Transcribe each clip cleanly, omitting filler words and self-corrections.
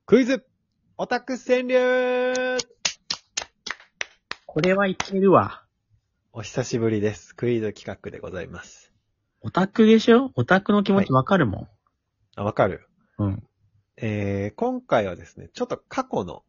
クイズオタク川柳。 これはいけるわ。 お久しぶりです。クイズ企画でございます。 オタクでしょ？オタクの気持ちわかるもん。 わかる？ うん。 今回はですね、ちょっと過去の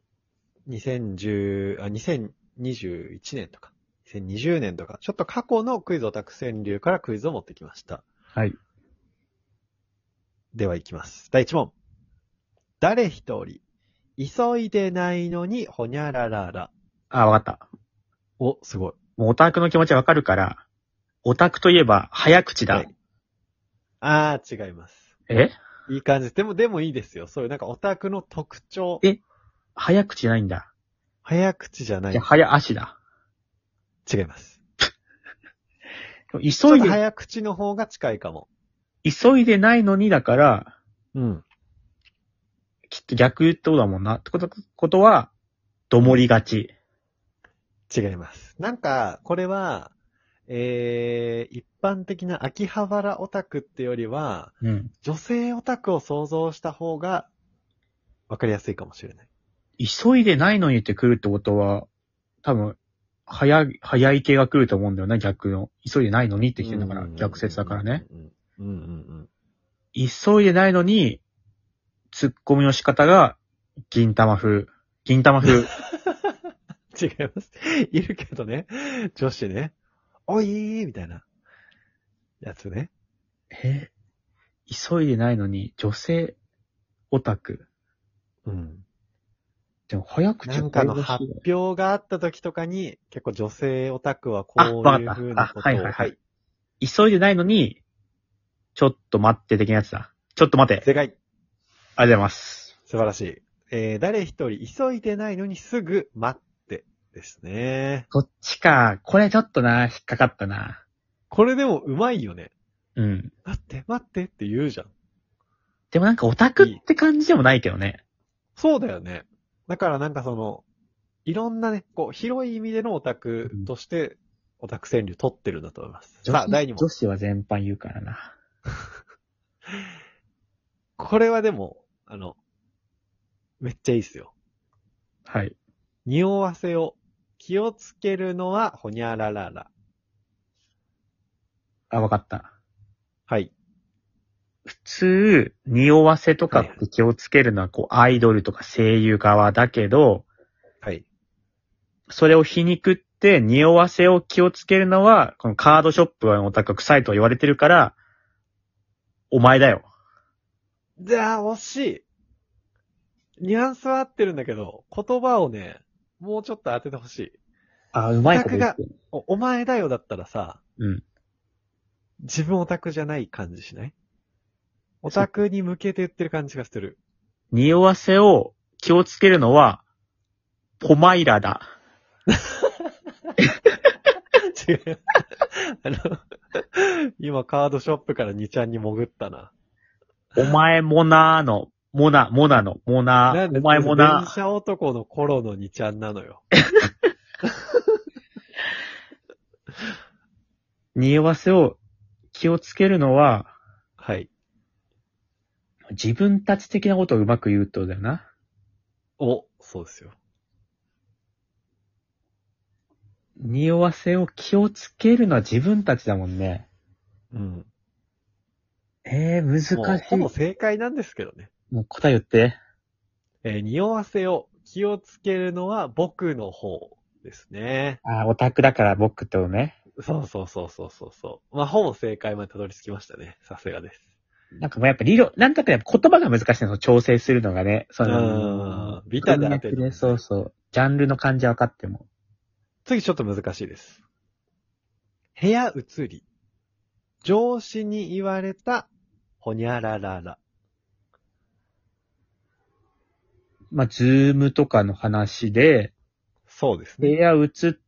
2021年とか、2020年とか、ちょっと過去のクイズオタク川柳からクイズを持ってきました。 はい。 では行きます。第1問。誰一人、急いでないのにほにゃららら。 あ、わかった。 お、すごい。 もうオタクの気持ちわかるから、オタクといえば早口だ。 はい。違います。 えいい感じです。でもいいですよ。そういうなんかオタクの特徴。 早口じゃないんだ。 早口じゃない。 じゃあ早足だ。 違います。ちょ急っといで、 早口の方が近いかも。 急いでないのにだから、 うん。 きっと逆ってことだもんな。ってことは、どもりがち。 違います。なんか、これは、一般的な秋葉原オタクってよりは、 うん。 女性オタクを想像した方がわかりやすいかもしれない。 急いでないのにって来るってことは、多分、早い系が来ると思うんだよね、逆の。急いでないのにって来てるんだから、逆説だからね。 うんうんうん。 急いでないのに、ツッコミの仕方が、銀玉風。銀玉風。 違います。いるけどね。女子ね。おいーみたいな。やつね。 急いでないのに、女性オタク。 うん。 でも、早口なんかの発表があった時とかに、結構女性オタクはこういう風なことを。 はい。急いでないのに、ちょっと待って的なやつだ。ちょっと待て。 正解。 ありがとうございます。 素晴らしい。誰一人急いでないのにすぐ待ってですね。 こっちか。これちょっとな、引っかかったな。 これでもうまいよね。 うん。 待ってって言うじゃん。 でもなんかオタクって感じでもないけどね。 そうだよね。だからなんかいろんなね、こう、広い意味でのオタクとして、オタク川柳取ってるんだと思います。さあ、第2問。 女子は全般言うからな。 これはでも、めっちゃいいっすよ。 はい。 匂わせを気をつけるのはほにゃららら。 あ、わかった。 はい。 普通、匂わせとかって気をつけるのは、こう、アイドルとか声優側だけど、 はい。 それを皮肉って、匂わせを気をつけるのは、このカードショップのお高く臭いとは言われてるから、お前だよ。 じゃあ、惜しい。ニュアンスは合ってるんだけど、言葉をね、もうちょっと当ててほしい。 あ、うまいこと言ってる。 お前だよだったらさ、 うん。 自分オタクじゃない感じしない？オタクに向けて言ってる感じがする。 匂わせを気をつけるのは、ポマイラだ。 違う。今カードショップから2ちゃんに潜ったな。 お前もなーの、モナの、お前もな電車男の頃の2ちゃんなのよ。 匂わせを気をつけるのは、 はい。 自分たち的なことをうまく言うってことだよな。 そうですよ。 匂わせを気をつけるのは自分たちだもんね。 うん。 難しい。 もうほぼ正解なんですけどね。 もう答え言って。 匂わせを気をつけるのは僕の方ですね。 あ、オタクだから僕ってことね。 そう。まあ、ほぼ正解までたどり着きましたね。さすがです。 なんかもうやっぱなんだかやっぱ言葉が難しいの、調整するのがね。 ビタで当てるのね。 そうそう。ジャンルの感じ分かっても。 次ちょっと難しいです。部屋移り。上司に言われた、ほにゃららら。 まあ、ズームとかの話で、部そうですね。 屋移って、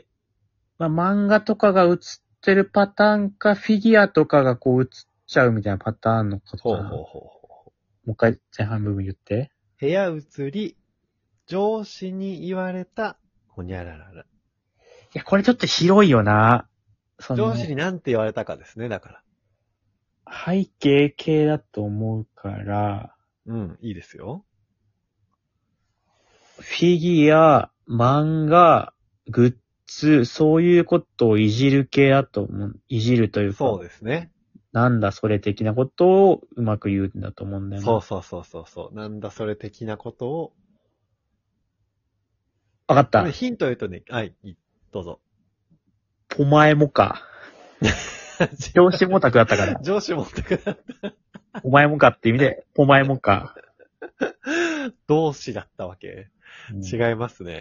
まあ、漫画とかが映ってるパターンか、フィギュアとかがこう映っちゃうみたいなパターンのことかな。もう一回前半部分言って。 部屋移り、上司に言われた、ほにゃららら。 いや、これちょっと広いよな。 上司に何て言われたかですね、だから。 背景系だと思うから、 うん、いいですよ。 フィギュア、漫画、グッズ、そういうことをいじる系だと思う。いじるというか、 そうですね。 なんだそれ的なことをうまく言うんだと思うんだよな。 そう。なんだそれ的なことを。 わかった。 これヒント言うとね、はい、どうぞ。 お前もか。上司もタクだったから。 上司持ってくだお前もかって意味で、お前もか。 同志だったわけ。 うん違いますね。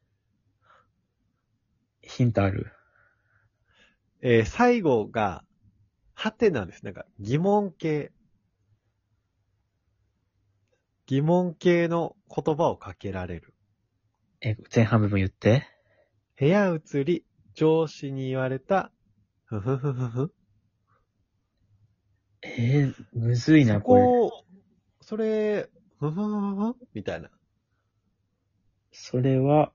ヒントある。 最後が、はてなんです。なんか、疑問系。疑問系の言葉をかけられる。 前半部分言って。 部屋移り、上司に言われた、ふふふふふ。 むずいな、 そこれ。 こ、それ、ふふふふふみたいな。 それは、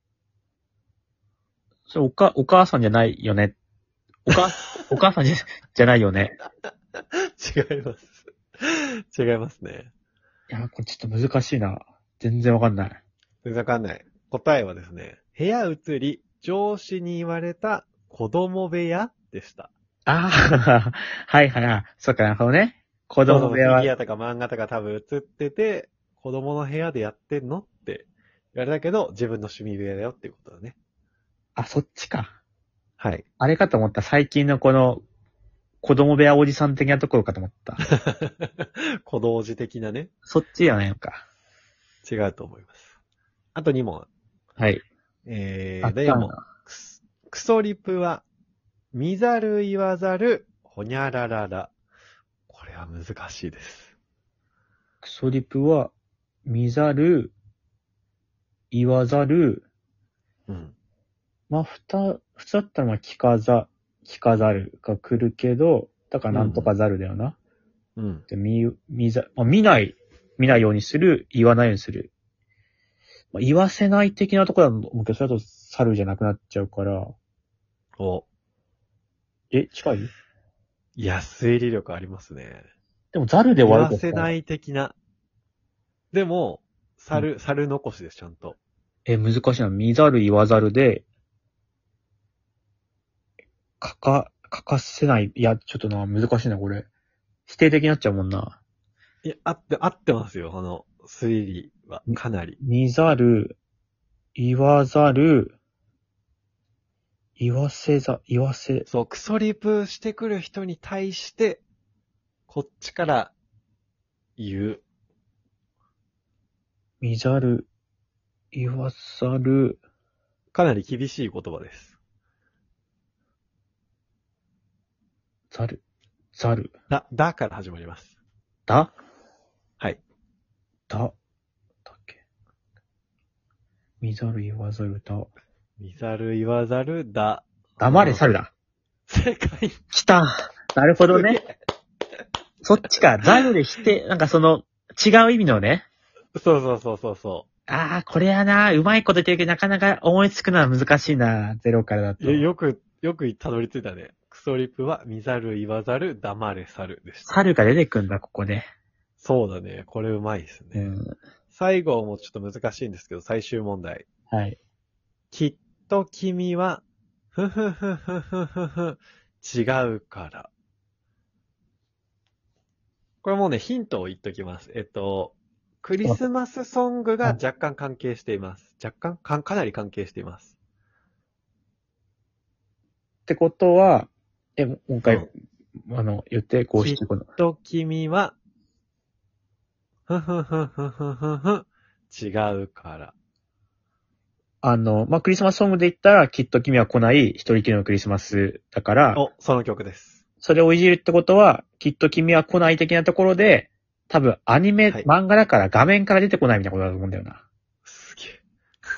お母さんじゃないよね。お母さんじゃないよね。 違います。違いますね。 いや、これちょっと難しいな。全然わかんない。 わかんない。答えはですね、部屋移り、上司に言われた子供部屋でした。 ああ、はいはい。そっかなるほどね。子そうそう、 供部屋はフィギュアとか漫画とか多分映ってて、子供の部屋でやってんのって言われたけど、自分の趣味部屋だよっていうことだね。 あ、そっちか。 はい。 あれかと思った。最近のこの、子供部屋おじさん的なところかと思った。 小同時的なね。 そっちじゃないのか。 違うと思います。あと2問。 はい。 第4問。クソリプは、見ざる言わざる、ほにゃららら。これは難しいです。 クソリプは、見ざる、言わざる、 うん。 まあ、普通だったらまあ聞かざるが来るけど、だからなんとかざるだよな。 うん。 で見ないようにする、言わないようにする。まあ、言わせない的なところだと思うけど、それだと猿じゃなくなっちゃうから。 お、 近い？ いや、推理力ありますね。 でもザルで言終わるとさわせない的な。でも、猿残しです、ちゃんと。 難しいな。見ざる言わざるで、書かせない。いや、ちょっとな、難しいな、これ。否定的になっちゃうもんな。 いや、合ってますよ、推理は。かなり。 見ざる、言わざる、言わせ。 そう、クソリプしてくる人に対して、こっちから言う。 見ざる、言わざる、 かなり厳しい言葉です。 ざる、 だから始まります。 だはい。 だっけ。見ざる、言わざる、だ。 見ざる言わざるだ。 黙れ、猿だ。 正解。 来た。なるほどね。そっちか。ザルで否定、なんかその、違う意味のね。 そう。 ああ、これやな。うまいこと言ってるけど、なかなか思いつくのは難しいな。ゼロからだと。 よくたどり着いたね。クソリプは見ざる言わざる黙れ猿でした。 猿が出てくんだ、ここで。 そうだね。これうまいですね。最後もちょっと難しいんですけど、最終問題。 はい。 きっと君は、ふふふふふふふ、違うから。これもうね、ヒントを言っときます。クリスマスソングが若干関係しています。かなり関係しています。 ってことは、もう一回、言って、こうしてきっと君は、ふふふふふふふ、違うから。 クリスマスソングで言ったら、きっと君は来ない一人きりのクリスマスだから、 その曲です。 それをいじるってことは、きっと君は来ない的なところで、多分アニメ、漫画だから画面から出てこないみたいなことだと思うんだよな。 すげえ。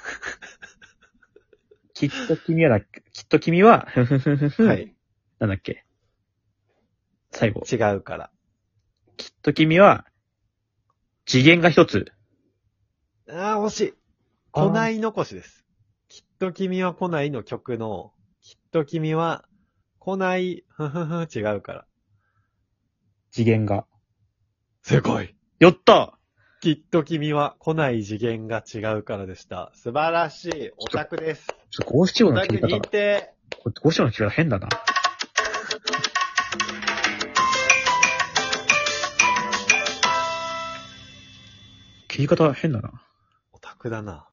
きっと君は、 はい。 なんだっけ。最後。 違うから。 きっと君は、次元が一つ。 惜しい。来ない残しです。きっと君は来ないの曲の、きっと君は来ない、違うから。 次元が。 正解。 やったきっと君は来ない次元が違うからでした。素晴らしい。オタクです。 五七五オタクの切り方。 認定。 これ五七五の切り方変だな。切り方変だな。 オタクだな。